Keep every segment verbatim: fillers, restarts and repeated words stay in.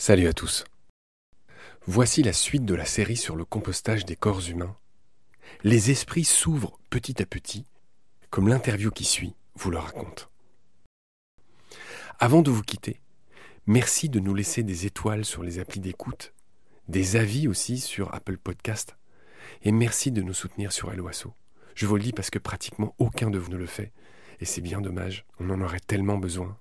Salut à tous. Voici la suite de la série sur le compostage des corps humains. Les esprits s'ouvrent petit à petit, comme l'interview qui suit vous le raconte. Avant de vous quitter, merci de nous laisser des étoiles sur les applis d'écoute, des avis aussi sur Apple Podcast, et merci de nous soutenir sur Helloasso. Je vous le dis parce que pratiquement aucun de vous ne le fait, et c'est bien dommage, on en aurait tellement besoin.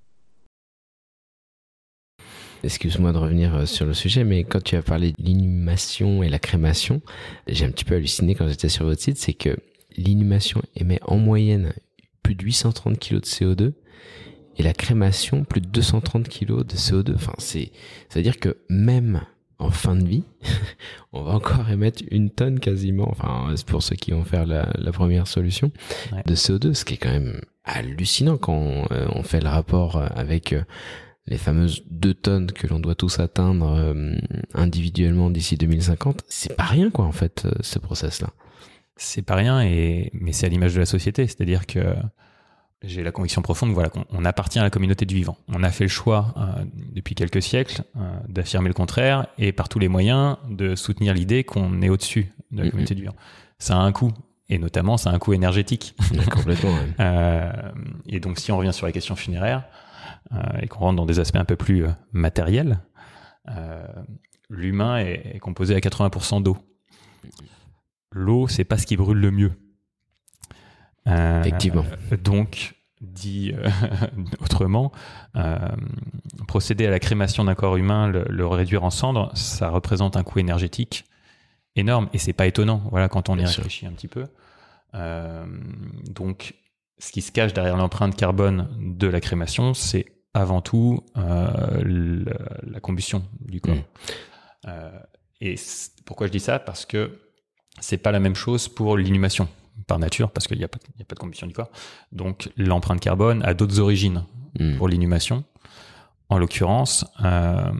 Excuse-moi de revenir sur le sujet, mais quand tu as parlé de l'inhumation et la crémation, j'ai un petit peu halluciné quand j'étais sur votre site, c'est que l'inhumation émet en moyenne plus de huit cent trente kilos de C O deux et la crémation plus de deux cent trente kilos de C O deux. Enfin, c'est, c'est-à-dire que même en fin de vie, on va encore émettre une tonne quasiment, enfin, c'est pour ceux qui vont faire la, la première solution, ouais. de C O deux, ce qui est quand même hallucinant quand on, euh, on fait le rapport avec euh, les fameuses deux tonnes que l'on doit tous atteindre euh, individuellement d'ici deux mille cinquante. C'est pas rien, quoi, en fait, euh, ce process-là. C'est pas rien, et, mais c'est à l'image de la société. C'est-à-dire que j'ai la conviction profonde, voilà, qu'on appartient à la communauté du vivant. On a fait le choix, euh, depuis quelques siècles, euh, d'affirmer le contraire, et par tous les moyens, de soutenir l'idée qu'on est au-dessus de la mmh. communauté du vivant. Ça a un coût. Et notamment, ça a un coût énergétique. Complètement, ouais. euh, et donc, si on revient sur la question funéraire, Euh, et qu'on rentre dans des aspects un peu plus euh, matériels, euh, l'humain est, est composé à quatre-vingts pour cent d'eau. L'eau, c'est pas ce qui brûle le mieux. Euh, Effectivement. Donc, dit euh, autrement, euh, procéder à la crémation d'un corps humain, le, le réduire en cendres, ça représente un coût énergétique énorme, et c'est pas étonnant. Voilà, quand on Bien y sûr. réfléchit un petit peu. Euh, donc, ce qui se cache derrière l'empreinte carbone de la crémation, c'est avant tout euh, le, la combustion du corps. Mmh. Euh, et pourquoi je dis ça ? Parce que c'est pas la même chose pour l'inhumation, par nature, parce qu'il n'y a, a pas de combustion du corps. Donc l'empreinte carbone a d'autres origines mmh. pour l'inhumation. En l'occurrence, euh,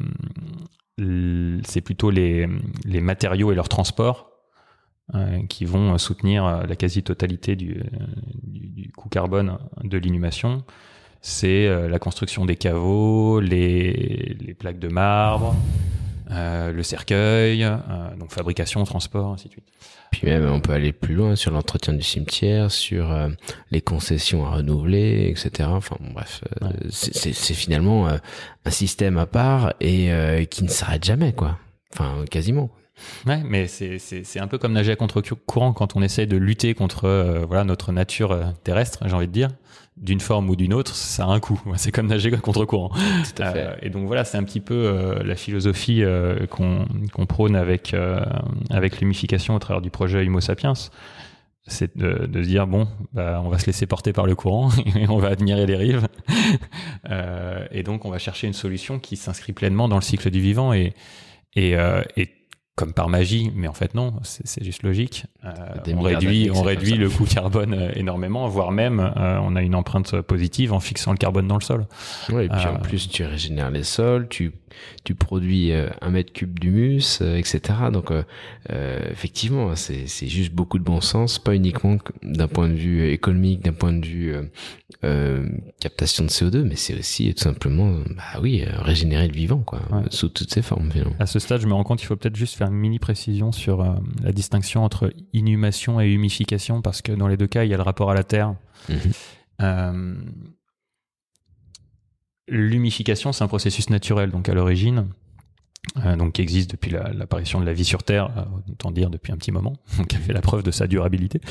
c'est plutôt les, les matériaux et leur transport Euh, qui vont soutenir la quasi-totalité du, du, du coût carbone de l'inhumation. C'est euh, la construction des caveaux, les, les plaques de marbre, euh, le cercueil, euh, donc fabrication, transport, ainsi de suite. Puis même, on peut aller plus loin sur l'entretien du cimetière, sur euh, les concessions à renouveler, et cetera. Enfin, bon, bref, euh, ouais. c'est, c'est, c'est finalement euh, un système à part et euh, qui ne s'arrête jamais, quoi. Enfin, quasiment. Ouais, mais c'est, c'est, c'est un peu comme nager à contre-courant quand on essaie de lutter contre euh, voilà, notre nature euh, terrestre, j'ai envie de dire, d'une forme ou d'une autre, ça a un coût. C'est comme nager à contre-courant. Tout à fait. Euh, et donc voilà, c'est un petit peu euh, la philosophie euh, qu'on, qu'on prône avec, euh, avec l'humification au travers du projet Humo Sapiens. C'est de, de se dire, bon, bah, on va se laisser porter par le courant et on va admirer les rives. euh, et donc, on va chercher une solution qui s'inscrit pleinement dans le cycle du vivant et, et, euh, et comme par magie, mais en fait non, c'est, c'est juste logique. Euh, on réduit, on réduit le coût carbone euh, énormément, voire même euh, on a une empreinte positive en fixant le carbone dans le sol. Oui, et puis euh, en plus tu régénères les sols, tu tu produis euh, un mètre cube d'humus, euh, et cetera. Donc euh, euh, effectivement, c'est c'est juste beaucoup de bon sens, pas uniquement d'un point de vue économique, d'un point de vue euh, euh, captation de C O deux, mais c'est aussi tout simplement, bah oui, euh, régénérer le vivant, quoi, ouais. sous toutes ses formes. Finalement. À ce stade, je me rends compte qu'il faut peut-être juste faire une mini précision sur euh, la distinction entre inhumation et humification, parce que dans les deux cas, il y a le rapport à la terre. Mmh. Euh, l'humification, c'est un processus naturel, donc à l'origine, euh, donc qui existe depuis la, l'apparition de la vie sur Terre, euh, autant dire depuis un petit moment, qui a fait la preuve de sa durabilité.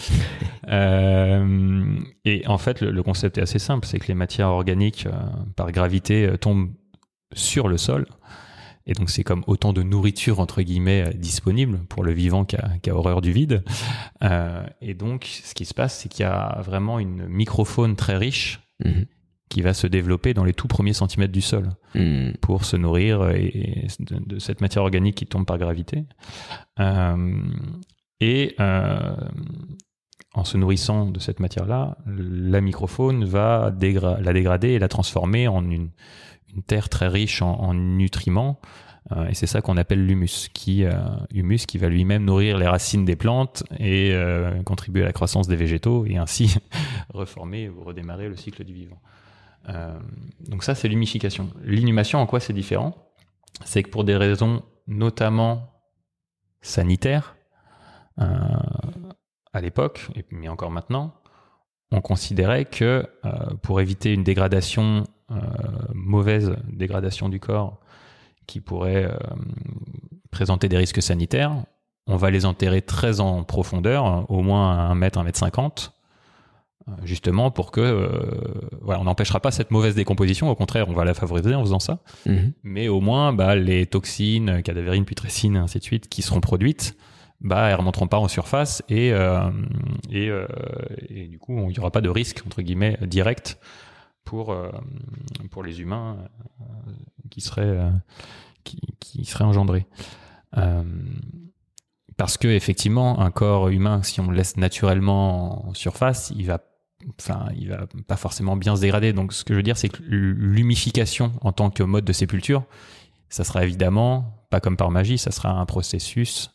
euh, et en fait, le, le concept est assez simple, c'est que les matières organiques, euh, par gravité, euh, tombent sur le sol. Et donc, c'est comme autant de nourriture, entre guillemets, disponible pour le vivant qui a, qui a horreur du vide. Euh, et donc, ce qui se passe, c'est qu'il y a vraiment une microfaune très riche mmh. qui va se développer dans les tout premiers centimètres du sol mmh. pour se nourrir et, et de, de cette matière organique qui tombe par gravité. Euh, et euh, en se nourrissant de cette matière-là, la microfaune va dégra- la dégrader et la transformer en une une terre très riche en, en nutriments, euh, et c'est ça qu'on appelle l'humus, qui, euh, humus qui va lui-même nourrir les racines des plantes et euh, contribuer à la croissance des végétaux, et ainsi reformer ou redémarrer le cycle du vivant. Euh, donc ça, c'est l'humification. L'inhumation, en quoi c'est différent ? c'est que pour des raisons notamment sanitaires, euh, à l'époque, et mais encore maintenant, on considérait que euh, pour éviter une dégradation, euh, mauvaise dégradation du corps qui pourrait euh, présenter des risques sanitaires, on va les enterrer très en profondeur, au moins à un mètre, un mètre cinquante, justement pour que euh, voilà, on n'empêchera pas cette mauvaise décomposition, au contraire on va la favoriser en faisant ça, mmh. mais au moins bah, les toxines, cadavérines, putrécines et ainsi de suite qui seront produites, bah, elles ne remonteront pas en surface et, euh, et, euh, et du coup il n'y aura pas de risque entre guillemets direct pour, euh, pour les humains euh, qui, seraient, euh, qui, qui seraient engendrés. Euh, parce que effectivement un corps humain, si on le laisse naturellement en surface, il va Enfin, il va pas forcément bien se dégrader. Donc, ce que je veux dire, c'est que l'humification en tant que mode de sépulture, ça sera évidemment pas comme par magie, ça sera un processus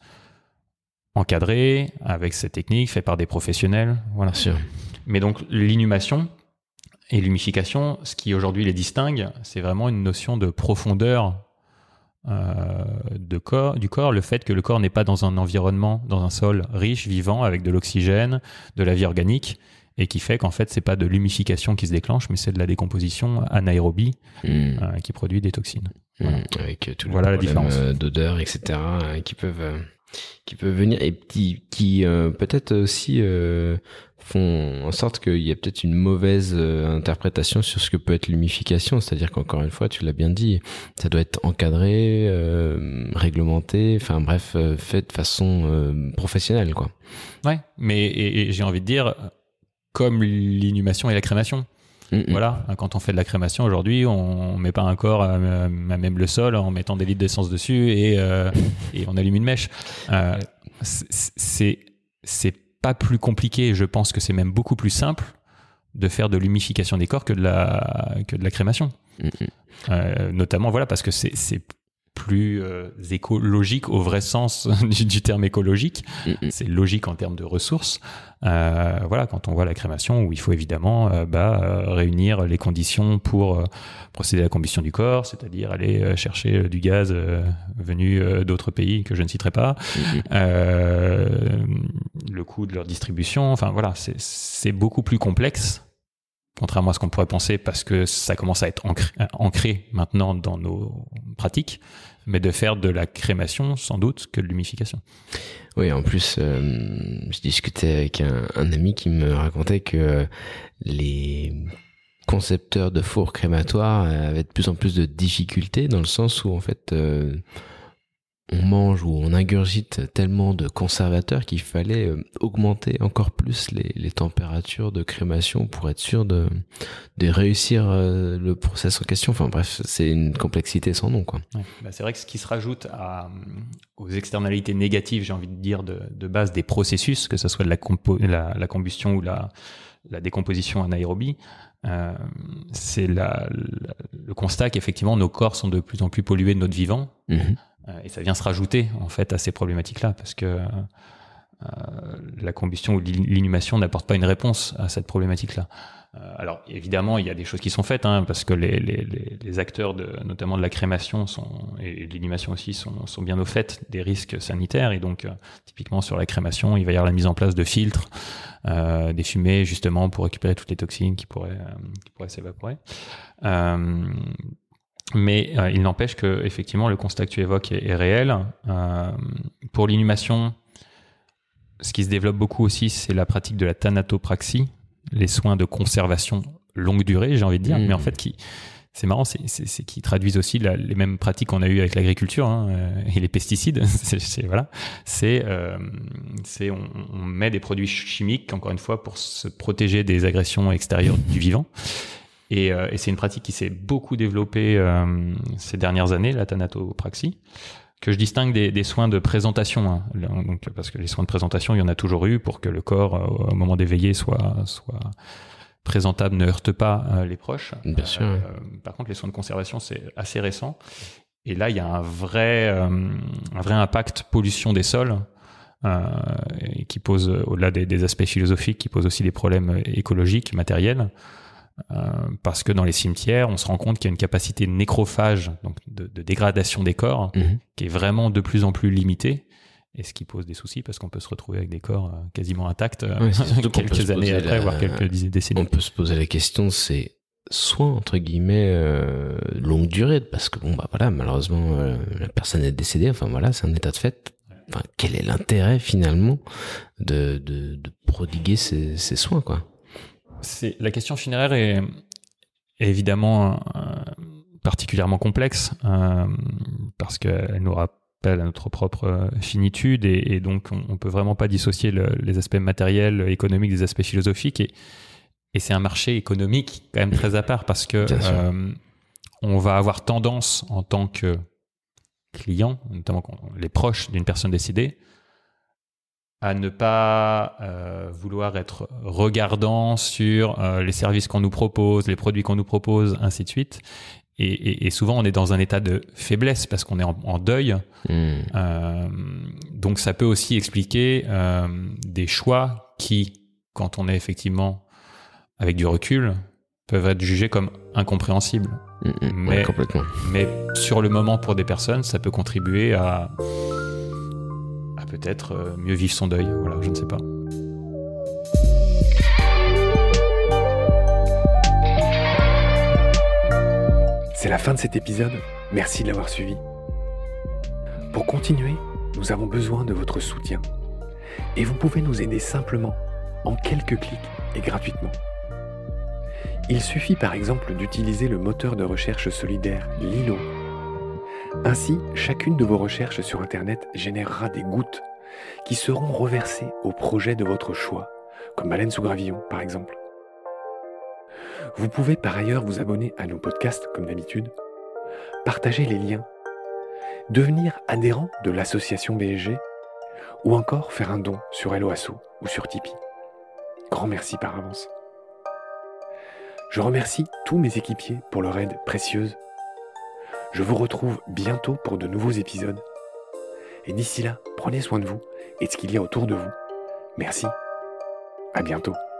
encadré avec ces techniques fait par des professionnels. Voilà. Sûr. Mais donc, l'inhumation et l'humification, ce qui aujourd'hui les distingue, c'est vraiment une notion de profondeur euh, de corps, du corps, le fait que le corps n'est pas dans un environnement, dans un sol riche, vivant, avec de l'oxygène, de la vie organique, et qui fait qu'en fait, c'est pas de l'humification qui se déclenche, mais c'est de la décomposition anaérobie mmh. euh, qui produit des toxines. Voilà. Mmh, avec tout voilà le la différence euh, d'odeur, et cetera, euh, qui peuvent euh, qui peuvent venir et qui, qui euh, peut-être aussi euh, font en sorte qu'il y a peut-être une mauvaise euh, interprétation sur ce que peut être l'humification. C'est-à-dire qu'encore une fois, tu l'as bien dit, ça doit être encadré, euh, réglementé, enfin bref, euh, fait de façon euh, professionnelle, quoi. Ouais, mais et, et j'ai envie de dire, comme l'inhumation et la crémation. Mmh. Voilà, quand on fait de la crémation aujourd'hui, on met pas un corps à, à même le sol en mettant des litres d'essence dessus et, euh, et on allume une mèche. Euh, c'est c'est pas plus compliqué, je pense que c'est même beaucoup plus simple de faire de l'humification des corps que de la que de la crémation. Mmh. Euh, notamment voilà parce que c'est c'est plus euh, écologique au vrai sens du, du terme écologique. Mm-hmm. C'est logique en termes de ressources. Euh, voilà, quand on voit la crémation où il faut évidemment euh, bah, euh, réunir les conditions pour euh, procéder à la combustion du corps, c'est-à-dire aller euh, chercher euh, du gaz euh, venu euh, d'autres pays que je ne citerai pas, mm-hmm. euh, le coût de leur distribution, enfin voilà, c'est, c'est beaucoup plus complexe. Contrairement à ce qu'on pourrait penser, parce que ça commence à être ancré, ancré maintenant dans nos pratiques, mais de faire de la crémation sans doute que de l'humification. Oui, en plus, euh, je discutais avec un, un ami qui me racontait que les concepteurs de fours crématoires avaient de plus en plus de difficultés dans le sens où en fait euh, on mange ou on ingurgite tellement de conservateurs qu'il fallait euh, augmenter encore plus les, les températures de crémation pour être sûr de, de réussir euh, le process en question. Enfin bref, c'est une complexité sans nom, quoi. Ouais, bah c'est vrai que ce qui se rajoute à, aux externalités négatives, j'ai envie de dire, de, de base des processus, que ce soit de la, compo, la, la combustion ou la, la décomposition anaérobie, euh, c'est la, la, le constat qu'effectivement nos corps sont de plus en plus pollués de notre vivant. Mmh. Et ça vient se rajouter en fait à ces problématiques-là parce que euh, la combustion ou l'inhumation n'apporte pas une réponse à cette problématique-là. Euh, alors évidemment, il y a des choses qui sont faites hein, parce que les, les, les acteurs, de, notamment de la crémation sont, et de l'inhumation aussi, sont, sont bien au fait des risques sanitaires. Et donc, euh, typiquement sur la crémation, il va y avoir la mise en place de filtres, euh, des fumées justement pour récupérer toutes les toxines qui pourraient, euh, qui pourraient s'évaporer. Euh, Mais euh, il n'empêche que effectivement le constat que tu évoques est, est réel. Euh, pour l'inhumation, ce qui se développe beaucoup aussi, c'est la pratique de la thanatopraxie, les soins de conservation longue durée, j'ai envie de dire. Mmh. Mais en fait, qui, c'est marrant, c'est, c'est, c'est qu'ils traduisent aussi la, les mêmes pratiques qu'on a eues avec l'agriculture hein, et les pesticides. c'est, c'est, voilà, c'est, euh, c'est on, on met des produits chimiques, encore une fois, pour se protéger des agressions extérieures du vivant. Et, euh, et c'est une pratique qui s'est beaucoup développée euh, ces dernières années, la thanatopraxie, que je distingue des, des soins de présentation. Hein. Donc, parce que les soins de présentation, il y en a toujours eu pour que le corps, euh, au moment d'éveiller, soit, soit présentable, ne heurte pas euh, les proches. Bien sûr. Euh, par contre, les soins de conservation, c'est assez récent. Et là, il y a un vrai, euh, un vrai impact pollution des sols euh, et qui pose, au-delà des, des aspects philosophiques, qui pose aussi des problèmes écologiques, matériels. Euh, parce que dans les cimetières, on se rend compte qu'il y a une capacité nécrophage, donc de, de dégradation des corps, mmh. qui est vraiment de plus en plus limitée, et ce qui pose des soucis parce qu'on peut se retrouver avec des corps quasiment intacts oui, quelques années après, la... voire quelques décennies. On peut se poser la question, c'est soins entre guillemets euh, longue durée, parce que bon bah voilà, malheureusement euh, la personne est décédée, enfin voilà, c'est un état de fait. Enfin, quel est l'intérêt finalement de, de, de prodiguer ces, ces soins, quoi? C'est, la question funéraire est, est évidemment euh, particulièrement complexe euh, parce qu'elle nous rappelle à notre propre finitude et, et donc on ne peut vraiment pas dissocier le, les aspects matériels, économiques des aspects philosophiques et, et c'est un marché économique quand même très à part parce que euh, on va avoir tendance en tant que client, notamment les proches d'une personne décédée, à ne pas euh, vouloir être regardant sur euh, les services qu'on nous propose, les produits qu'on nous propose, ainsi de suite. Et, et, et souvent, on est dans un état de faiblesse parce qu'on est en, en deuil. Mmh. Euh, donc, ça peut aussi expliquer euh, des choix qui, quand on est effectivement avec du recul, peuvent être jugés comme incompréhensibles. Mmh, mais, ouais, complètement. mais sur le moment, pour des personnes, ça peut contribuer à... peut-être mieux vivre son deuil, voilà, je ne sais pas. C'est la fin de cet épisode, merci de l'avoir suivi. Pour continuer, nous avons besoin de votre soutien. Et vous pouvez nous aider simplement, en quelques clics et gratuitement. Il suffit par exemple d'utiliser le moteur de recherche solidaire Lilo. Ainsi, chacune de vos recherches sur Internet générera des gouttes qui seront reversées au projet de votre choix, comme Baleine sous gravillon par exemple. Vous pouvez par ailleurs vous abonner à nos podcasts comme d'habitude, partager les liens, devenir adhérent de l'association B S G ou encore faire un don sur Hello Asso ou sur Tipeee. Grand merci par avance. Je remercie tous mes équipiers pour leur aide précieuse. Je vous retrouve bientôt pour de nouveaux épisodes. Et d'ici là, prenez soin de vous et de ce qu'il y a autour de vous. Merci. À bientôt.